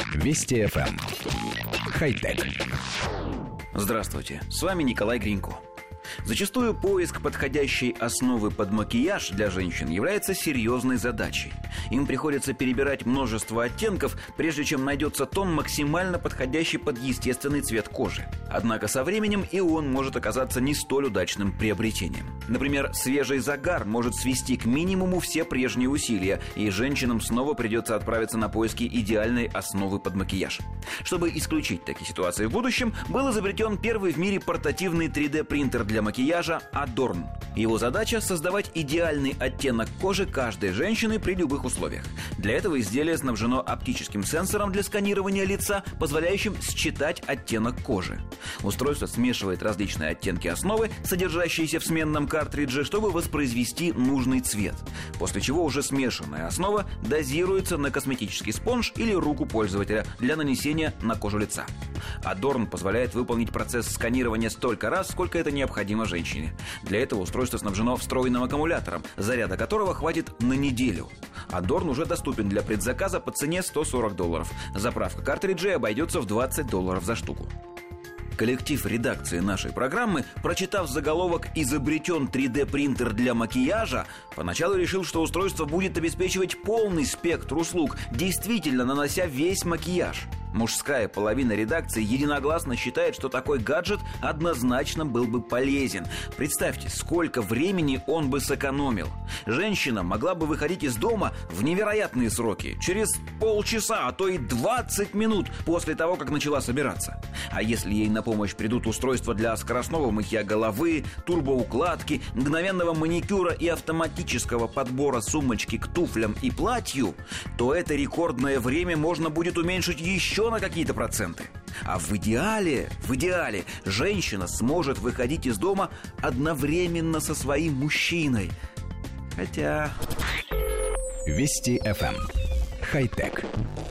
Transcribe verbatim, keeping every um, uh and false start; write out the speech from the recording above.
Вести эф эм. Хай-тек. Здравствуйте, с вами Николай Гринько. Зачастую поиск подходящей основы под макияж для женщин является серьезной задачей. Им приходится перебирать множество оттенков, прежде чем найдется тон, максимально подходящий под естественный цвет кожи. Однако со временем и он может оказаться не столь удачным приобретением. Например, свежий загар может свести к минимуму все прежние усилия, и женщинам снова придется отправиться на поиски идеальной основы под макияж. Чтобы исключить такие ситуации в будущем, был изобретен первый в мире портативный три дэ принтер для макияжа Adorn. Его задача — создавать идеальный оттенок кожи каждой женщины при любых условиях. Для этого изделие снабжено оптическим сенсором для сканирования лица, позволяющим считать оттенок кожи. Устройство смешивает различные оттенки основы, содержащиеся в сменном картридже, чтобы воспроизвести нужный цвет. После чего уже смешанная основа дозируется на косметический спонж или руку пользователя для нанесения на кожу лица. Adorn позволяет выполнить процесс сканирования столько раз, сколько это необходимо женщине. Для этого устройство снабжено встроенным аккумулятором, заряда которого хватит на неделю. Adorn уже доступен для предзаказа по цене сто сорок долларов. Заправка картриджей обойдется в двадцать долларов за штуку. Коллектив редакции нашей программы, прочитав заголовок «Изобретен три дэ принтер для макияжа», поначалу решил, что устройство будет обеспечивать полный спектр услуг, действительно нанося весь макияж. Мужская половина редакции единогласно считает, что такой гаджет однозначно был бы полезен. Представьте, сколько времени он бы сэкономил. Женщина могла бы выходить из дома в невероятные сроки, через полчаса, а то и двадцать минут после того, как начала собираться. А если ей на помощь придут устройства для скоростного мытья головы, турбоукладки, мгновенного маникюра и автоматического подбора сумочки к туфлям и платью, то это рекордное время можно будет уменьшить еще на какие-то проценты. А в идеале, в идеале, женщина сможет выходить из дома одновременно со своим мужчиной. Хотя... Вести эф эм. Хай-тек.